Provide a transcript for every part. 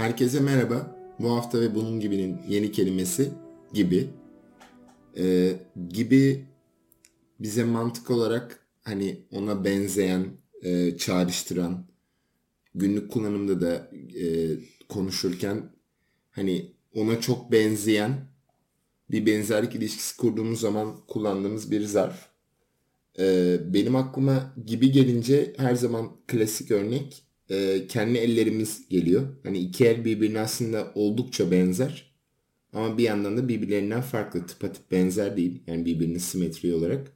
Herkese merhaba. Bu hafta ve bunun gibinin yeni kelimesi gibi. Gibi bize mantık olarak hani ona benzeyen, çağrıştıran, günlük kullanımda da konuşurken hani ona çok benzeyen bir benzerlik ilişkisi kurduğumuz zaman kullandığımız bir zarf. Benim aklıma gibi gelince her zaman klasik örnek kendi ellerimiz geliyor. Hani iki el birbirine aslında oldukça benzer ama bir yandan da birbirlerinden farklı, tıpatıp benzer değil. Yani birbirinin simetri olarak.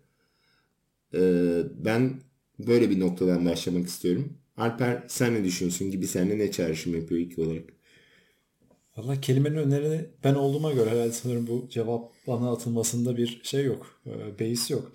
Ben böyle bir noktadan başlamak istiyorum. Alper, sen ne düşünüyorsun? Gibi seninle ne çağrışım yapıyor ilk olarak? Valla kelimenin önerini ben olduğuma göre herhalde sanırım bu cevap bana atılmasında bir şey yok. Beis yok.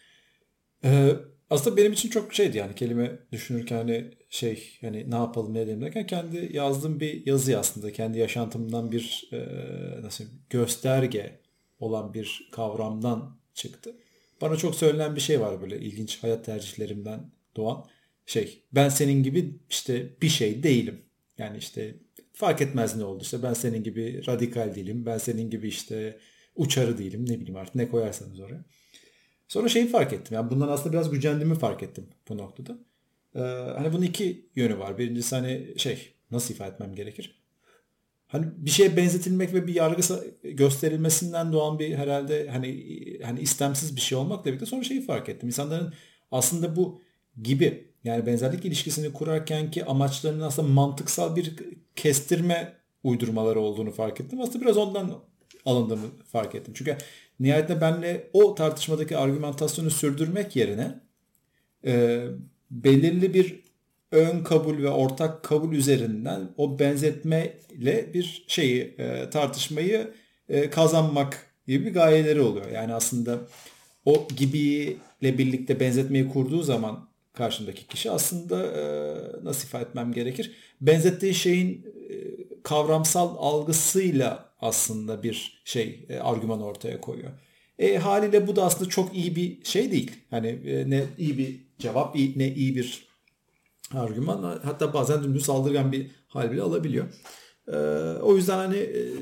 Aslında benim için çok şeydi yani kelime düşünürken hani hani ne yapalım ne edelim derken kendi yazdığım bir yazı aslında. Kendi yaşantımdan bir nasıl diyeyim, gösterge olan bir kavramdan çıktı. Bana çok söylenen bir şey var böyle ilginç hayat tercihlerimden doğan ben senin gibi işte bir şey değilim. Yani işte fark etmez ne oldu işte ben senin gibi radikal değilim. Ben senin gibi işte uçarı değilim ne bileyim artık ne koyarsanız oraya. Sonra şeyi fark ettim. Yani bundan aslında biraz gücendiğimi fark ettim bu noktada. Hani bunun iki yönü var. Birincisi hani nasıl ifade etmem gerekir? Hani bir şeye benzetilmek ve bir yargı gösterilmesinden doğan bir herhalde hani istemsiz bir şey olmakla birlikte sonra şeyi fark ettim. İnsanların aslında bu gibi yani benzerlik ilişkisini kurarken ki amaçlarının aslında mantıksal bir kestirme uydurmaları olduğunu fark ettim. Aslında biraz ondan alındığını fark ettim. Çünkü nihayetinde benle o tartışmadaki argümantasyonu sürdürmek yerine e, belirli bir ön kabul ve ortak kabul üzerinden o benzetmeyle bir tartışmayı kazanmak gibi bir gayeleri oluyor. Yani aslında o gibiyle birlikte benzetmeyi kurduğu zaman karşındaki kişi aslında nasıl ifade etmem gerekir? Benzettiği şeyin kavramsal algısıyla aslında bir argüman ortaya koyuyor. Haliyle bu da aslında çok iyi bir şey değil. Hani ne iyi bir cevap, ne iyi bir argüman. Hatta bazen dümdüz saldırgan bir hal bile alabiliyor. Ee, O yüzden hani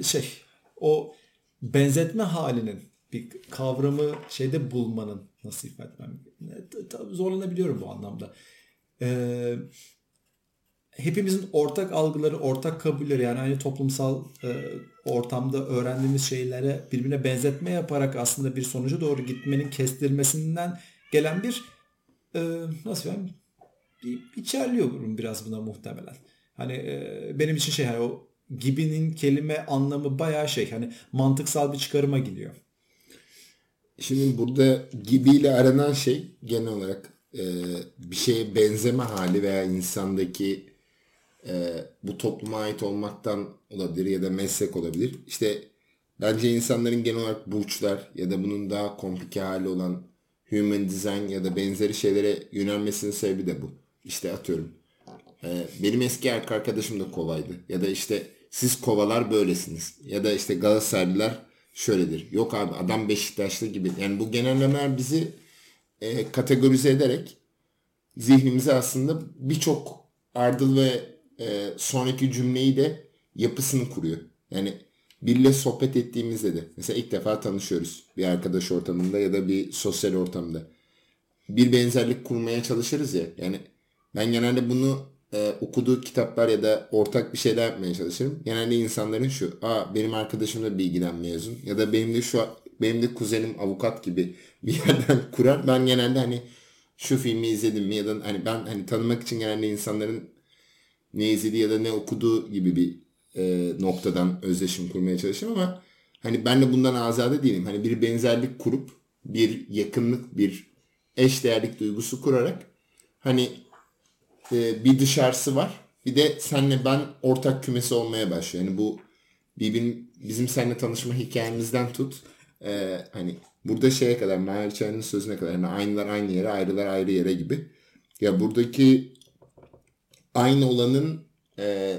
o benzetme halinin bir kavramı bulmanın nasıl ifade etmem zorlanabiliyorum bu anlamda. Ee, Hepimizin ortak algıları, ortak kabulleri yani aynı toplumsal ortamda öğrendiğimiz şeylere birbirine benzetme yaparak aslında bir sonuca doğru gitmenin kestirmesinden gelen bir nasıl yani içerliyorum biraz buna muhtemelen. Hani benim için hani o gibinin kelime anlamı bayağı hani mantıksal bir çıkarıma gidiyor. Şimdi burada gibiyle aranan şey genel olarak bir şeye benzeme hali veya insandaki bu topluma ait olmaktan olabilir ya da meslek olabilir. İşte bence insanların genel olarak burçlar ya da bunun daha komplike hali olan human design ya da benzeri şeylere yönelmesinin sebebi de bu. İşte atıyorum. Benim eski erkek arkadaşım da kovaydı. Ya da işte siz kovalar böylesiniz. Ya da işte Galatasaraylılar şöyledir. Yok abi adam Beşiktaşlı gibi. Yani bu genellemeler bizi kategorize ederek zihnimize aslında birçok ardıl ve sonraki cümleyi de yapısını kuruyor. Yani biriyle sohbet ettiğimizde de mesela ilk defa tanışıyoruz bir arkadaş ortamında ya da bir sosyal ortamda. Bir benzerlik kurmaya çalışırız ya. Yani ben genelde bunu okuduğu kitaplar ya da ortak bir şeyler yapmaya çalışırım. Genelde insanların şu, benim arkadaşım da bilgiden mezun ya da benim de kuzenim avukat gibi bir yerden kurar. Ben genelde hani şu filmi izledim mi ya da hani ben hani tanımak için genelde insanların ne izlediği ya da ne okuduğu gibi bir noktadan özdeşim kurmaya çalışırım ama hani ben de bundan azade değilim. Hani bir benzerlik kurup bir yakınlık, bir eşdeğerlik duygusu kurarak hani bir dışarısı var. Bir de senle ben ortak kümesi olmaya başlıyor. Yani bu bizim seninle tanışma hikayemizden tut. Hani burada şeye kadar, Mehmet sözüne kadar. Yani aynılar aynı yere, ayrılar ayrı yere gibi. Ya buradaki aynı olanın e,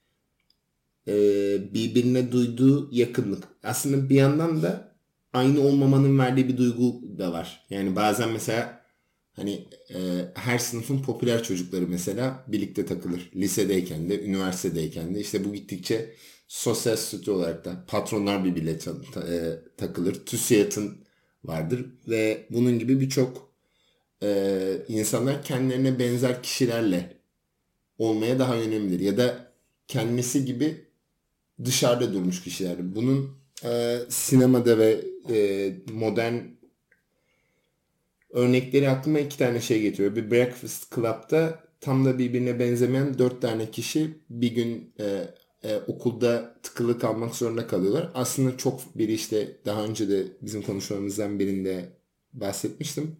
e, birbirine duyduğu yakınlık. Aslında bir yandan da aynı olmamanın verdiği bir duygu da var. Yani bazen mesela Hani her sınıfın popüler çocukları mesela birlikte takılır. Lisedeyken de, üniversitedeyken de. İşte bu gittikçe sosyal statü olarak da patronlar birbiriyle takılır. TÜSİAD'ın vardır ve bunun gibi birçok insanlar kendilerine benzer kişilerle olmaya daha yönelimlidir. Ya da kendisi gibi dışarıda durmuş kişiler. Bunun sinemada ve modern örnekleri aklıma 2 tane şey getiriyor. Bir Breakfast Club'da tam da birbirine benzemeyen 4 tane kişi bir gün okulda tıkılı kalmak zorunda kalıyorlar. Aslında çok biri işte daha önce de bizim konuşmalarımızdan birinde bahsetmiştim.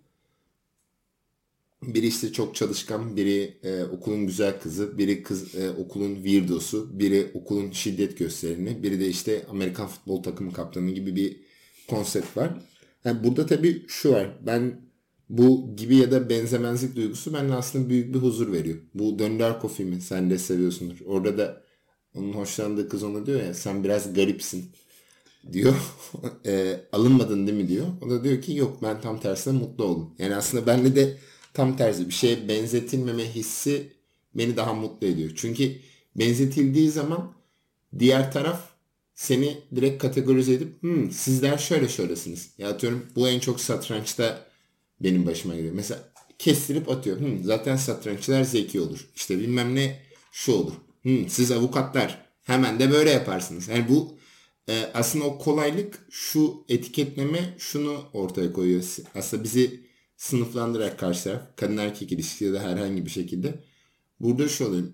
Biri işte çok çalışkan, biri okulun güzel kızı, biri okulun weirdosu, biri okulun şiddet göstereni, biri de işte Amerikan futbol takımı kaptanı gibi bir konsept var. Yani burada tabii şu var. Bu gibi ya da benzemezlik duygusu bende aslında büyük bir huzur veriyor. Bu Donnie Darko filmi sen de seviyorsundur. Orada da onun hoşlandığı kız ona diyor ya sen biraz garipsin diyor. Alınmadın değil mi diyor. O da diyor ki yok ben tam tersine mutlu oldum. Yani aslında bende de tam tersi bir şeye benzetilmeme hissi beni daha mutlu ediyor. Çünkü benzetildiği zaman diğer taraf seni direkt kategorize edip sizler şöyle şöylesiniz. Ya atıyorum bu en çok satrançta benim başıma geliyor. Mesela kestirip atıyor. Zaten satranççılar zeki olur. İşte bilmem ne şu olur. Siz avukatlar hemen de böyle yaparsınız. Yani bu aslında o kolaylık şu etiketleme şunu ortaya koyuyor. Aslında bizi sınıflandırarak karşı taraf kadın erkek ilişkisi ya da herhangi bir şekilde burada şu oluyor.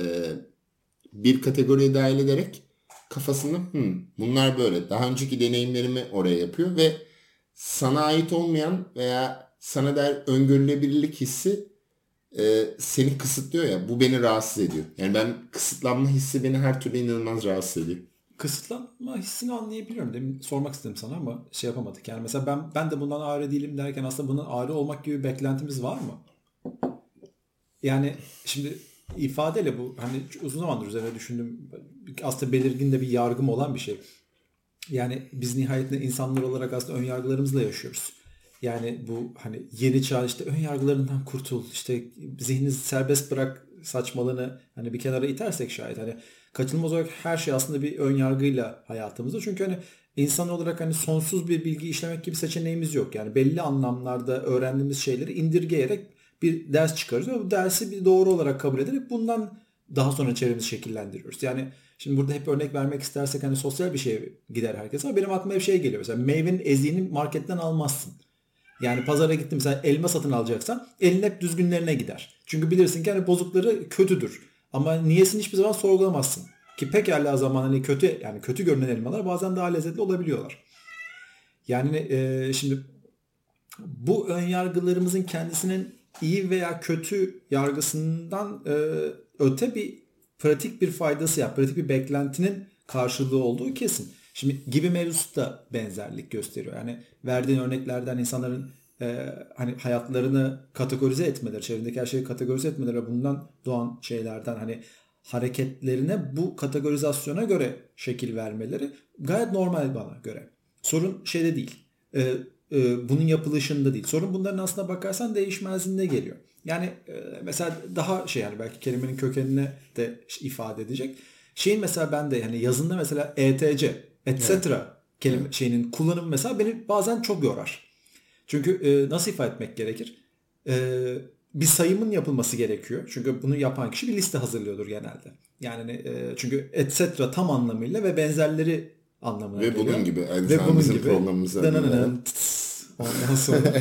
Bir kategoriye dahil ederek kafasında bunlar böyle. Daha önceki deneyimlerimi oraya yapıyor ve sana ait olmayan veya sana dair öngörülebilirlik hissi seni kısıtlıyor ya. Bu beni rahatsız ediyor. Yani ben kısıtlanma hissi beni her türlü inanılmaz rahatsız ediyor. Kısıtlanma hissini anlayabiliyorum. Demin sormak istedim sana ama şey yapamadık. Yani mesela ben de bundan ağrı değilim derken aslında bundan ağrı olmak gibi bir beklentimiz var mı? Yani şimdi ifadeyle bu hani uzun zamandır üzerine düşündüm. Aslında belirgin de bir yargım olan bir şey. Yani biz nihayetinde insanlar olarak aslında ön yargılarımızla yaşıyoruz. Yani bu hani yeni çağ işte ön yargılarından kurtul, işte zihnini serbest bırak saçmalığını hani bir kenara itersek şayet hani kaçınılmaz olarak her şey aslında bir ön yargıyla hayatımızda. Çünkü hani insan olarak hani sonsuz bir bilgi işlemek gibi seçeneğimiz yok. Yani belli anlamlarda öğrendiğimiz şeyleri indirgeyerek bir ders çıkarıyoruz ve bu dersi bir doğru olarak kabul ederek bundan daha sonra çevremizi şekillendiriyoruz. Yani şimdi burada hep örnek vermek istersek hani sosyal bir şeye gider herkes ama benim aklıma bir şey geliyor. Mesela meyvenin eziğini marketten almazsın. Yani pazara gittin mesela elma satın alacaksan elin hep düzgünlerine gider. Çünkü bilirsin ki hani bozukları kötüdür. Ama niyesini hiçbir zaman sorgulamazsın. Ki pekala zaman hani kötü yani kötü görünen elmalar bazen daha lezzetli olabiliyorlar. Yani şimdi bu ön yargılarımızın kendisinin iyi veya kötü yargısından öte bir pratik bir faydası ya, pratik bir beklentinin karşılığı olduğu kesin. Şimdi gibi mevzusu da benzerlik gösteriyor. Yani verdiğin örneklerden insanların hani hayatlarını kategorize etmeleri, çevrendeki her şeyi kategorize etmeleri ve bundan doğan şeylerden hani hareketlerine bu kategorizasyona göre şekil vermeleri gayet normal bana göre. Sorun şeyde değil. Bunun yapılışında değil. Sorun bunların aslına bakarsan değişmezliğinde geliyor. Yani mesela daha şey yani belki kelimenin kökenine de ifade edecek. Şeyin mesela ben de yani yazında mesela etc. etc. kelime şeyinin kullanımı mesela beni bazen çok yorar. Çünkü nasıl ifade etmek gerekir? Bir sayımın yapılması gerekiyor. Çünkü bunu yapan kişi bir liste hazırlıyordur genelde. Yani çünkü etc. tam anlamıyla ve benzerleri anlamına ve geliyor. Bunun gibi aynı Ve zamanda bunun bizim gibi. programımızda. Ondan sonra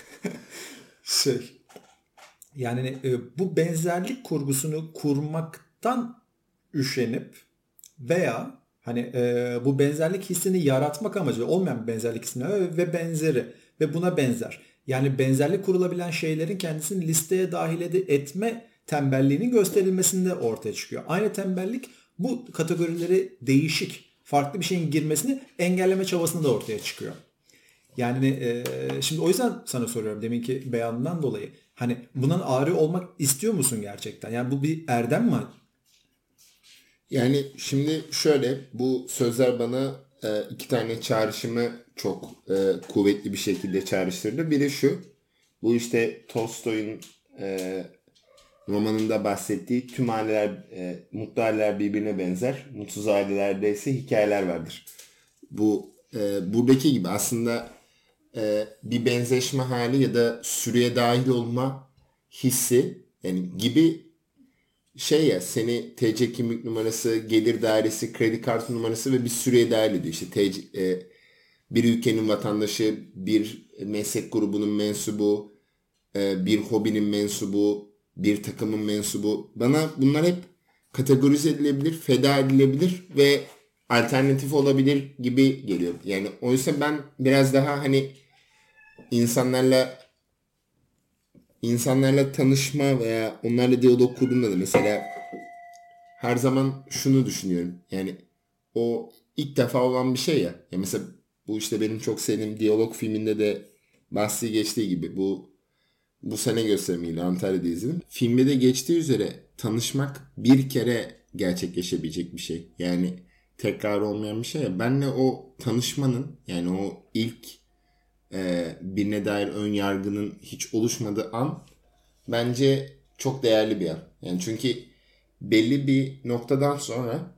şey yani bu benzerlik kurgusunu kurmaktan üşenip veya hani bu benzerlik hissini yaratmak amacıyla olmayan bir benzerlik hissini ve benzeri ve buna benzer. Yani benzerlik kurulabilen şeylerin kendisini listeye dahil etme tembelliğinin gösterilmesinde ortaya çıkıyor. Aynı tembellik bu kategorileri değişik, farklı bir şeyin girmesini engelleme çabasında da ortaya çıkıyor. Yani şimdi o yüzden sana soruyorum deminki beyanından dolayı. Hani bundan ağrı olmak istiyor musun gerçekten? Yani bu bir erdem mi? Yani şimdi şöyle bu sözler bana 2 tane çağrışımı çok kuvvetli bir şekilde çağrıştırdı. Biri şu. Bu işte Tolstoy'un romanında bahsettiği tüm aileler, mutlu aileler birbirine benzer. Mutsuz ailelerde ise hikayeler vardır. Bu buradaki gibi aslında bir benzeşme hali ya da sürüye dahil olma hissi yani gibi şey ya, seni TC kimlik numarası, gelir dairesi, kredi kartı numarası ve bir süreye dahil ediyor. İşte bir ülkenin vatandaşı, bir meslek grubunun mensubu, bir hobinin mensubu, bir takımın mensubu. Bana bunlar hep kategorize edilebilir, feda edilebilir ve alternatif olabilir gibi geliyor. Yani oysa ben biraz daha hani insanlarla tanışma veya onlarla diyalog kurduğumda da mesela her zaman şunu düşünüyorum. Yani o ilk defa olan bir şey ya. Ya mesela bu işte benim çok sevdiğim Diyalog filminde de bahsi geçtiği gibi bu sene gösterimiyle Antalya'da izledim. Filmde de geçtiği üzere tanışmak bir kere gerçekleşebilecek bir şey. Yani tekrar olmayan bir şey ya. Benle o tanışmanın yani o ilk birine dair ön yargının hiç oluşmadığı an bence çok değerli bir an. Yani çünkü belli bir noktadan sonra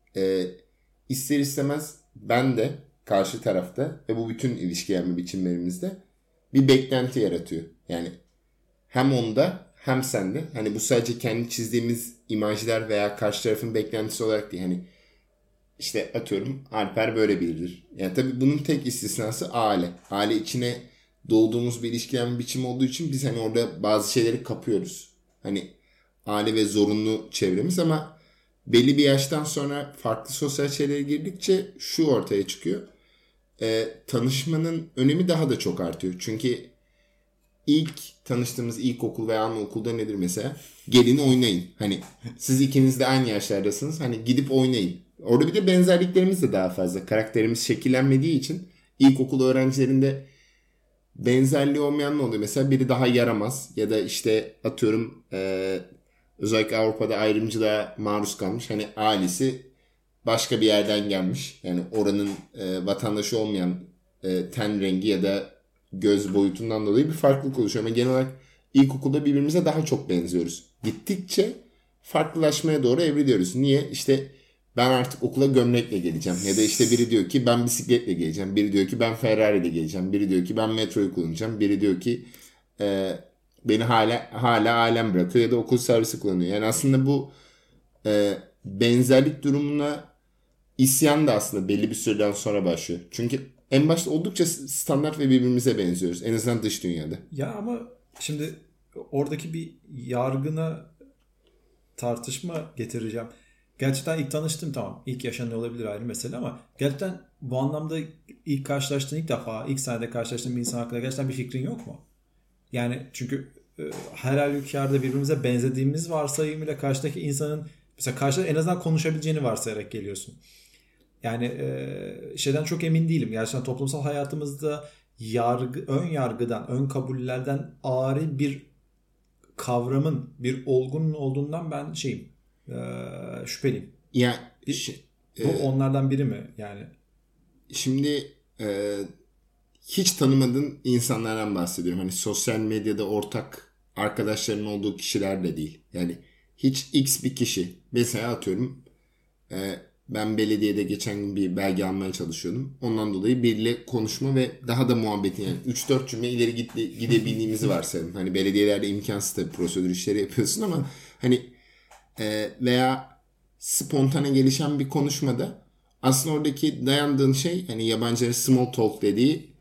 ister istemez ben de karşı tarafta ve bu bütün ilişkilenme biçimlerimizde bir beklenti yaratıyor. Yani hem onda hem sende. Hani bu sadece kendi çizdiğimiz imajlar veya karşı tarafın beklentisi olarak değil. Hani işte atıyorum Alper böyle biridir. Yani tabii bunun tek istisnası aile. Aile içine doğduğumuz bir ilişkilenme biçimi olduğu için biz hani orada bazı şeyleri kapıyoruz. Hani aile ve zorunlu çevremiz ama belli bir yaştan sonra farklı sosyal şeylere girdikçe şu ortaya çıkıyor. Tanışmanın önemi daha da çok artıyor. Çünkü ilk tanıştığımız ilkokul veya anaokulda nedir mesela? Gelin oynayın. Hani siz ikiniz de aynı yaşlardasınız. Hani gidip oynayın. Orada bir de benzerliklerimiz de daha fazla. Karakterimiz şekillenmediği için ilkokul öğrencilerinde benzerliği olmayan ne oluyor? Mesela biri daha yaramaz ya da işte atıyorum özellikle Avrupa'da ayrımcılığa maruz kalmış. Hani ailesi başka bir yerden gelmiş. Yani oranın vatandaşı olmayan ten rengi ya da göz boyutundan dolayı bir farklılık oluşuyor. Ama genel olarak ilkokulda birbirimize daha çok benziyoruz. Gittikçe farklılaşmaya doğru evriliyoruz. Niye? İşte ben artık okula gömlekle geleceğim. Ya da işte biri diyor ki ben bisikletle geleceğim. Biri diyor ki ben Ferrari ile geleceğim. Biri diyor ki ben metroyu kullanacağım. Biri diyor ki beni hala ailem bırakıyor ya da okul servisi kullanıyor. Yani aslında bu benzerlik durumuna isyan da aslında belli bir süreden sonra başlıyor. Çünkü en başta oldukça standart ve birbirimize benziyoruz. En azından dış dünyada. Ya ama şimdi oradaki bir yargına tartışma getireceğim. Gerçekten ilk tanıştım, tamam. İlk yaşanıyor olabilir, ayrı mesele, ama gerçekten bu anlamda ilk karşılaştığın, ilk defa ilk sahnede karşılaştığın bir insan hakkında gerçekten bir fikrin yok mu? Yani çünkü her halükarda birbirimize benzediğimiz varsayımıyla karşıdaki insanın mesela karşıda en azından konuşabileceğini varsayarak geliyorsun. Yani şeyden çok emin değilim. Gerçekten toplumsal hayatımızda ön yargıdan, ön kabullerden ari bir kavramın, bir olgunun olduğundan ben şüpheliyim. Ya bu onlardan biri mi yani? Şimdi hiç tanımadığın insanlardan bahsediyorum. Hani sosyal medyada ortak arkadaşların olduğu kişiler de değil. Yani hiç X bir kişi. Mesela atıyorum ben belediyede geçen gün bir belge almaya çalışıyordum. Ondan dolayı biriyle konuşma ve daha da muhabbetin yani 3-4 cümle ileri gidebildiğimizi varsayalım. Hani belediyelerde imkansız tabii prosedür işleri yapıyorsun ama hani veya spontane gelişen bir konuşmada aslında oradaki dayandığın şey hani yabancıların small talk dediği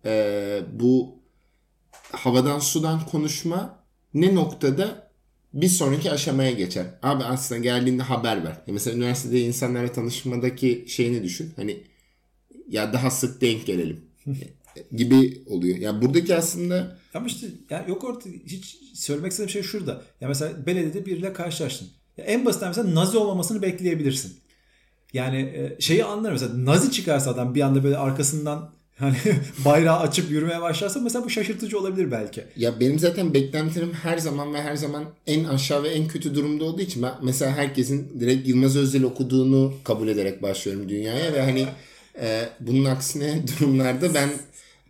bu havadan sudan konuşma ne noktada bir sonraki aşamaya geçer. Abi aslında geldiğinde haber ver. Mesela üniversitede insanlarla tanışmadaki şeyini düşün. Hani ya daha sık denk gelelim gibi oluyor. Ya buradaki aslında ama işte yani yok orada hiç söylemek istediğim şey şurada. Ya mesela belediyede biriyle karşılaştın. Ya en basitinden mesela Nazi olmamasını bekleyebilirsin. Yani şeyi anlarım, mesela Nazi çıkarsa adam bir anda böyle arkasından hani bayrağı açıp yürümeye başlarsa mesela bu şaşırtıcı olabilir belki. Ya benim zaten beklentilerim her zaman ve her zaman en aşağı ve en kötü durumda olduğu için ben mesela herkesin direkt Yılmaz Özdil okuduğunu kabul ederek başlıyorum dünyaya ve hani bunun aksine durumlarda ben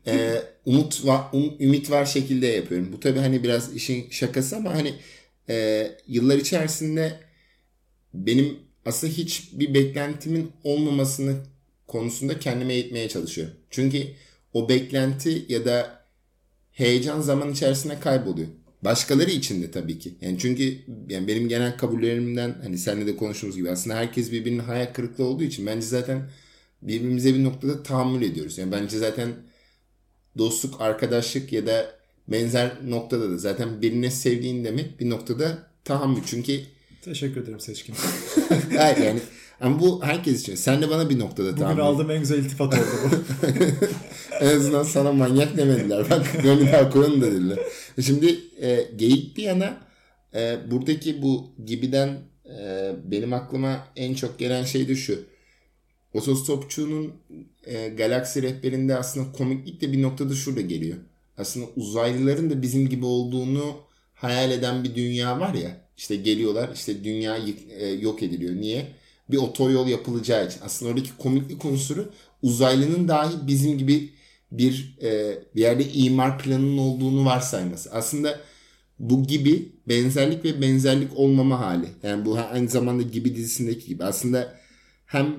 Ümit var şekilde yapıyorum. Bu tabii hani biraz işin şakası ama hani yıllar içerisinde benim aslında hiç bir beklentimin olmamasını konusunda kendime eğitmeye çalışıyorum. Çünkü o beklenti ya da heyecan zaman içerisinde kayboluyor. Başkaları için de tabii ki. Yani çünkü yani benim genel kabullerimden hani seninle de konuştuğumuz gibi aslında herkes birbirinin hayal kırıklığı olduğu için bence zaten birbirimize bir noktada tahammül ediyoruz. Yani bence zaten dostluk, arkadaşlık ya da benzer noktada da zaten birine sevdiğin demek bir noktada tahammül. Çünkü teşekkür ederim Seçkin. hayır yani ama bu herkes için. Sen de bana bir noktada tahammül. Bugün aldığım en güzel iltifat oldu bu. En azından sana manyak demediler. Bak gönlü daha koyun da dediler. Şimdi geyik bir yana buradaki bu gibiden benim aklıma en çok gelen şey de şu. Otostopçunun galaksi rehberinde aslında komiklik de bir noktada şurada geliyor. Aslında uzaylıların da bizim gibi olduğunu hayal eden bir dünya var ya. İşte geliyorlar işte dünya yok ediliyor. Niye? Bir otoyol yapılacağı için. Aslında oradaki komiklik unsuru uzaylının dahi bizim gibi bir yerde imar planının olduğunu varsayması. Aslında bu gibi benzerlik ve benzerlik olmama hali. Yani bu aynı zamanda Gibi dizisindeki gibi. Aslında hem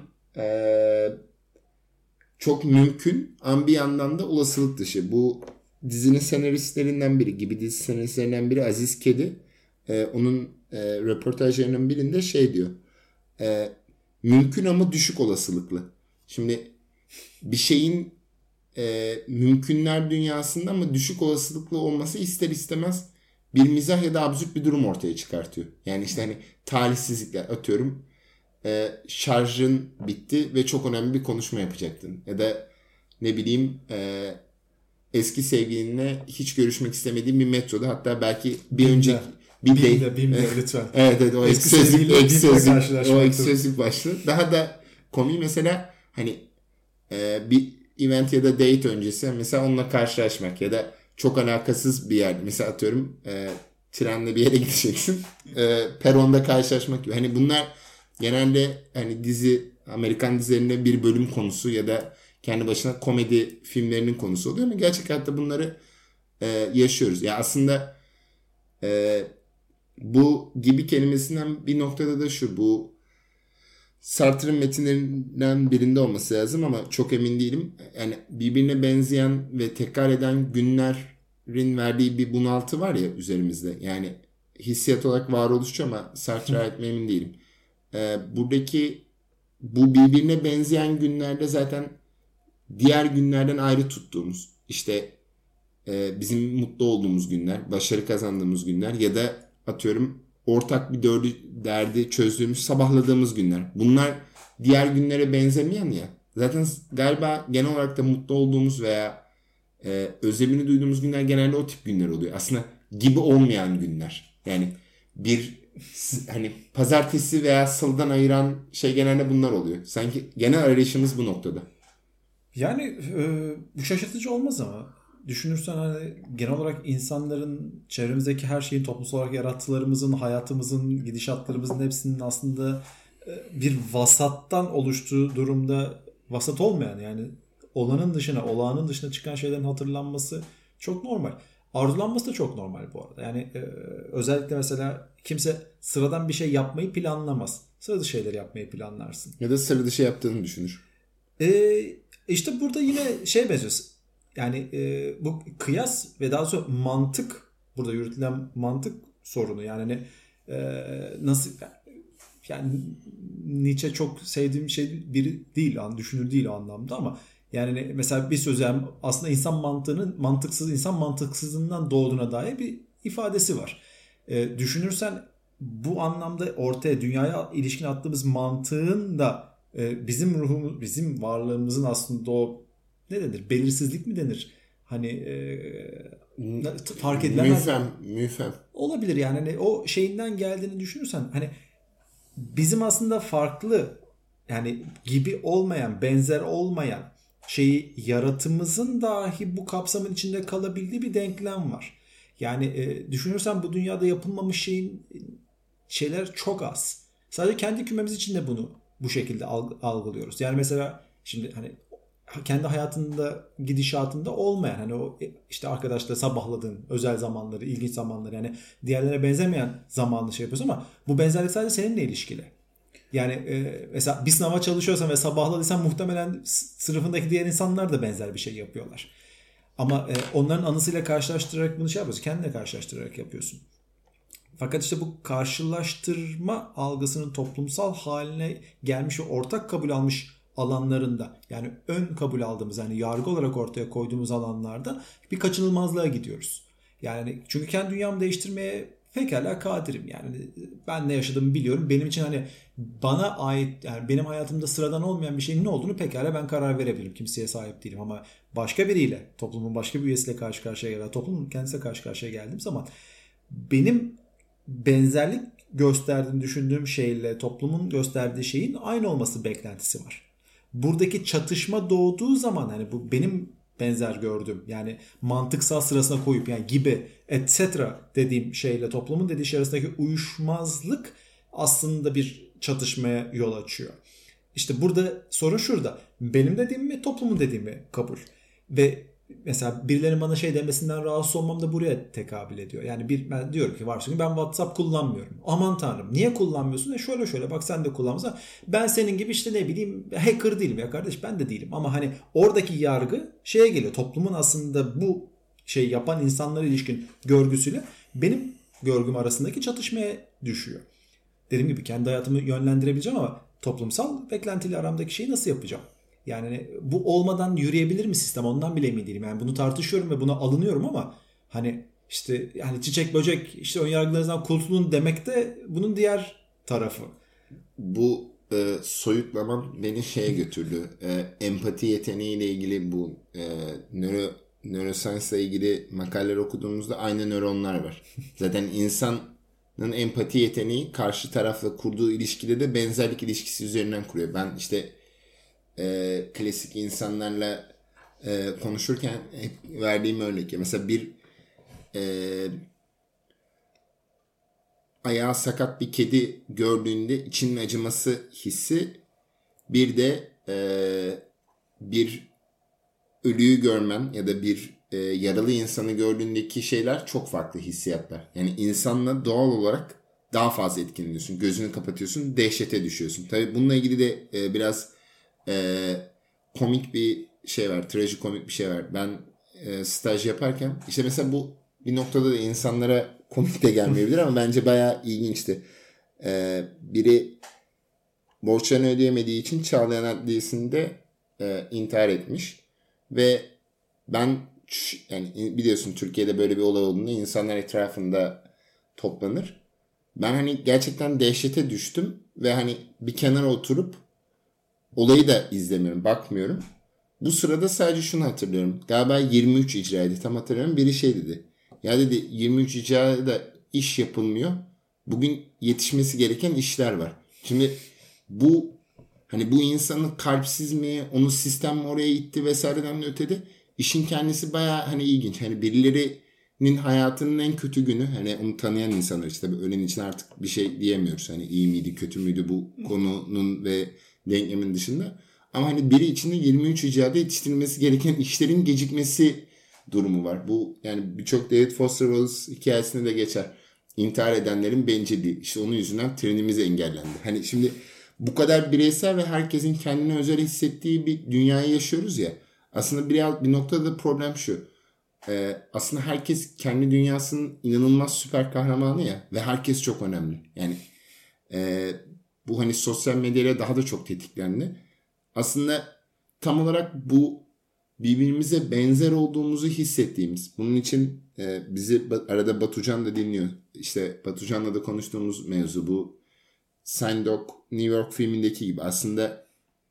çok mümkün ama bir yandan da olasılık dışı. Bu dizinin senaristlerinden biri, Gibi dizi senaristlerinden biri Aziz Kedi. Onun röportajlarının birinde şey diyor. Mümkün ama düşük olasılıklı. Şimdi bir şeyin mümkünler dünyasında ama düşük olasılıklı olması ister istemez bir mizah ya da absürt bir durum ortaya çıkartıyor. Yani işte hani talihsizlikler atıyorum. Şarjın bitti ve çok önemli bir konuşma yapacaktın. Ya da ne bileyim eski sevgilinle hiç görüşmek istemediğin bir metroda hatta belki bir önceki Bim'de lütfen. Evet o eski sözlük başlığı. Daha da komik mesela hani bir event ya da date öncesi mesela onunla karşılaşmak ya da çok alakasız bir yer. Mesela atıyorum trenle bir yere gideceksin. Peronda karşılaşmak gibi. Hani bunlar genelde hani Amerikan dizilerinde bir bölüm konusu ya da kendi başına komedi filmlerinin konusu oluyor ama gerçek hayatta bunları yaşıyoruz. Ya aslında bu gibi kelimesinden bir noktada da şu, bu Sartre'ın metinlerinden birinde olması lazım ama çok emin değilim. Yani birbirine benzeyen ve tekrar eden günlerin verdiği bir bunaltı var ya üzerimizde. Yani hissiyat olarak varoluşçu ama Sartre'a ait mi emin değilim. Buradaki bu birbirine benzeyen günlerde zaten diğer günlerden ayrı tuttuğumuz işte bizim mutlu olduğumuz günler, başarı kazandığımız günler ya da atıyorum ortak bir derdi çözdüğümüz, sabahladığımız günler. Bunlar diğer günlere benzemeyen ya. Zaten galiba genel olarak da mutlu olduğumuz veya özlemini duyduğumuz günler genelde o tip günler oluyor. Aslında gibi olmayan günler. Yani bir hani pazartesi veya salıdan ayıran şey genelde bunlar oluyor. Sanki genel arayışımız bu noktada. Yani bu şaşırtıcı olmaz ama düşünürsen hani genel olarak insanların çevremizdeki her şeyin toplumsal olarak yarattıklarımızın, hayatımızın, gidişatlarımızın hepsinin aslında bir vasattan oluştuğu durumda vasat olmayan yani olağanın dışına çıkan şeylerin hatırlanması çok normal. Arzulanması da çok normal bu arada. Yani özellikle mesela kimse sıradan bir şey yapmayı planlamaz. Sıra dışı şeyler yapmayı planlarsın. Ya da sıra dışı yaptığını düşünür. İşte burada yine şey benziyor. Yani bu kıyas ve daha sonra mantık, burada yürütülen mantık sorunu. Yani nasıl yani Nietzsche çok sevdiğim şey biri değil, düşünür değil o anlamda ama yani mesela bir söz yani aslında insan mantığının insan mantıksızlığından doğduğuna dair bir ifadesi var. Düşünürsen bu anlamda ortaya dünyaya ilişkin attığımız mantığın da bizim ruhumuz, bizim varlığımızın aslında o ne denir? Belirsizlik mi denir? Hani fark edilemez. Müfhem. Olabilir yani hani o şeyinden geldiğini düşünürsen hani bizim aslında farklı yani gibi olmayan, benzer olmayan şeyi yaratımızın dahi bu kapsamın içinde kalabildiği bir denklem var. Yani düşünürsen bu dünyada yapılmamış şeyler çok az. Sadece kendi kümemiz içinde bunu bu şekilde algılıyoruz. Yani mesela şimdi hani kendi hayatında gidişatında olmayan, hani o işte arkadaşla sabahladığın özel zamanları, ilginç zamanları, yani diğerlerine benzemeyen zamanlı şey yapıyorsun ama bu benzerlik sadece seninle ilişkili. Yani mesela bir sınava çalışıyorsan ve sabahladıysan muhtemelen sınıfındaki diğer insanlar da benzer bir şey yapıyorlar. Ama onların anısıyla karşılaştırarak bunu şey yapıyorsun. Kendine karşılaştırarak yapıyorsun. Fakat işte bu karşılaştırma algısının toplumsal haline gelmiş ve ortak kabul almış alanlarında, yani ön kabul aldığımız, yani yargı olarak ortaya koyduğumuz alanlarda bir kaçınılmazlığa gidiyoruz. Yani çünkü kendi dünyamı değiştirmeye pekala kadirim. Yani ben ne yaşadığımı biliyorum. Benim için hani bana ait, yani benim hayatımda sıradan olmayan bir şeyin ne olduğunu pekala ben karar verebilirim. Kimseye sahip değilim ama başka biriyle, toplumun başka bir üyesiyle karşı karşıya ya da toplumun kendisiyle karşı karşıya geldiğim zaman benim benzerlik gösterdiğini düşündüğüm şeyle toplumun gösterdiği şeyin aynı olması beklentisi var. Buradaki çatışma doğduğu zaman, hani bu benim benzer gördüğüm, yani mantıksal sırasına koyup yani gibi etc. dediğim şeyle toplumun dediği şey arasındaki uyuşmazlık aslında bir çatışmaya yol açıyor. İşte burada sorun şurada. Benim dediğim mi, toplumun dediği mi kabul? Ve mesela birilerinin bana şey demesinden rahatsız olmam da buraya tekabül ediyor. Yani ben diyorum ki varsın ben WhatsApp kullanmıyorum. Aman tanrım niye kullanmıyorsun? Şöyle şöyle bak sen de kullanmıyorsun. Ben senin gibi işte ne bileyim hacker değilim ya kardeş, ben de değilim. Ama hani oradaki yargı şeye geliyor. Toplumun aslında bu şey yapan insanlara ilişkin görgüsüyle benim görgüm arasındaki çatışmaya düşüyor. Dediğim gibi kendi hayatımı yönlendirebileceğim ama toplumsal beklentiyle aramdaki şeyi nasıl yapacağım? Yani bu olmadan yürüyebilir mi sistem? Ondan bile emin değilim. Yani bunu tartışıyorum ve buna alınıyorum ama hani işte yani çiçek böcek işte ön yargılarınızdan kurtulun demek de bunun diğer tarafı. Bu soyutlamam beni şeye götürdü. Empati yeteneğiyle ilgili bu neuroscience ile ilgili makaleler okuduğumuzda aynı nöronlar var. Zaten insanın empati yeteneği karşı tarafla kurduğu ilişkide de benzerlik ilişkisi üzerinden kuruyor. Ben işte klasik insanlarla konuşurken hep verdiğim örnek. Mesela bir ayağı sakat bir kedi gördüğünde içinin acıması hissi, bir de bir ölüyü görmen ya da bir yaralı insanı gördüğündeki şeyler çok farklı hissiyatlar. Yani insanla doğal olarak daha fazla etkileniyorsun. Gözünü kapatıyorsun, dehşete düşüyorsun. Tabii bununla ilgili de biraz komik bir şey var. Trajikomik bir şey var. Ben staj yaparken işte mesela bu bir noktada da insanlara komik de gelmeyebilir ama bence bayağı ilginçti. Biri borçlarını ödeyemediği için Çağlayan Adliyesi'nde intihar etmiş. Ve ben yani biliyorsun Türkiye'de böyle bir olay olduğunda insanlar etrafında toplanır. Ben hani gerçekten dehşete düştüm ve hani bir kenara oturup olayı da izlemiyorum, bakmıyorum. Bu sırada sadece şunu hatırlıyorum. Galiba 23 icraydı, tam hatırlıyorum. Biri şey dedi. Ya dedi 23 icrada iş yapılmıyor. Bugün yetişmesi gereken işler var. Şimdi bu hani bu insanın kalpsiz mi, onu sistem mi oraya itti vesaireden ötede işin kendisi bayağı hani ilginç. Hani birilerinin hayatının en kötü günü, hani onu tanıyan insanlar işte tabii ölen için artık bir şey diyemiyoruz. Hani iyi miydi, kötü müydü bu konunun ve denklemin dışında. Ama hani biri içinde 23 icada yetiştirilmesi gereken işlerin gecikmesi durumu var. Bu yani birçok David Foster Wallace hikayesinde de geçer. İntihar edenlerin bencilliği. İşte onun yüzünden trenimiz engellendi. Hani şimdi bu kadar bireysel ve herkesin kendine özel hissettiği bir dünyayı yaşıyoruz ya. Aslında bir noktada da problem şu. Aslında herkes kendi dünyasının inanılmaz süper kahramanı ya. Ve herkes çok önemli. Yani bu hani sosyal medyayla daha da çok tetiklendi. Aslında tam olarak bu birbirimize benzer olduğumuzu hissettiğimiz. Bunun için bizi arada Batucan da dinliyor. İşte Batucan'la da konuştuğumuz mevzu bu. Signdog New York filmindeki gibi. Aslında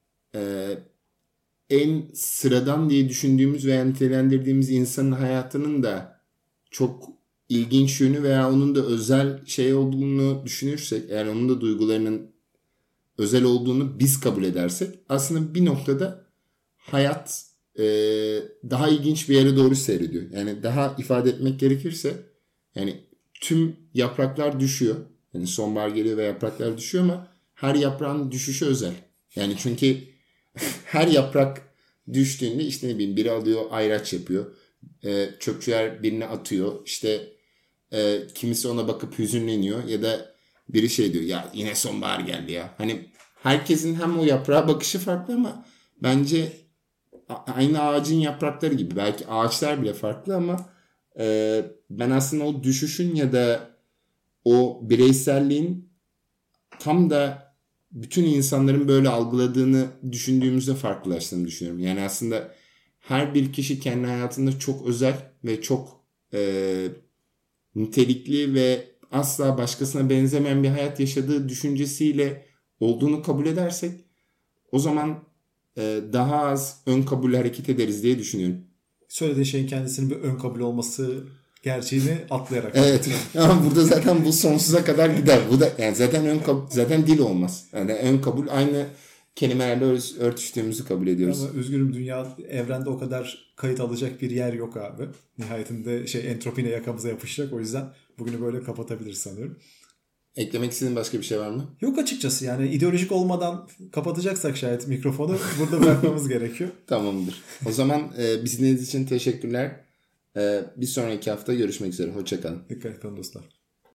en sıradan diye düşündüğümüz veya nitelendirdiğimiz insanın hayatının da çok ilginç yönü veya onun da özel şey olduğunu düşünürsek, eğer onun da duygularının özel olduğunu biz kabul edersek aslında bir noktada hayat daha ilginç bir yere doğru seyrediyor. Yani daha ifade etmek gerekirse yani tüm yapraklar düşüyor. Yani sonbahar geliyor ve yapraklar düşüyor ama her yaprağın düşüşü özel. Yani çünkü her yaprak düştüğünde işte ne bileyim biri alıyor ayraç yapıyor. Çöpçüler birine atıyor. İşte kimisi ona bakıp hüzünleniyor ya da biri şey diyor ya yine sonbahar geldi ya. Hani herkesin hem o yaprağa bakışı farklı ama bence aynı ağacın yaprakları gibi. Belki ağaçlar bile farklı ama ben aslında o düşüşün ya da o bireyselliğin tam da bütün insanların böyle algıladığını düşündüğümüzde farklılaştığını düşünüyorum. Yani aslında her bir kişi kendi hayatında çok özel ve çok nitelikli ve asla başkasına benzemeyen bir hayat yaşadığı düşüncesiyle olduğunu kabul edersek o zaman daha az ön kabul hareket ederiz diye düşünüyorum. Söylediğin şeyin kendisinin bir ön kabul olması gerçeğini atlayarak. Evet. Ama burada zaten bu sonsuza kadar gider. Bu da yani zaten dil olmaz. Yani ön kabul aynı kelimelerle örtüştüğümüzü kabul ediyoruz. Ama üzgünüm, dünya evrende o kadar kayıt alacak bir yer yok abi. Nihayetinde entropiyle yakamıza yapışacak. O yüzden bugünü böyle kapatabiliriz sanıyorum. Eklemek istediğin başka bir şey var mı? Yok açıkçası, yani ideolojik olmadan kapatacaksak şayet mikrofonu burada bırakmamız gerekiyor. Tamamdır. O zaman bizi dinlediğiniz için teşekkürler. Bir sonraki hafta görüşmek üzere. Hoşça kalın. Dikkat edin dostlar.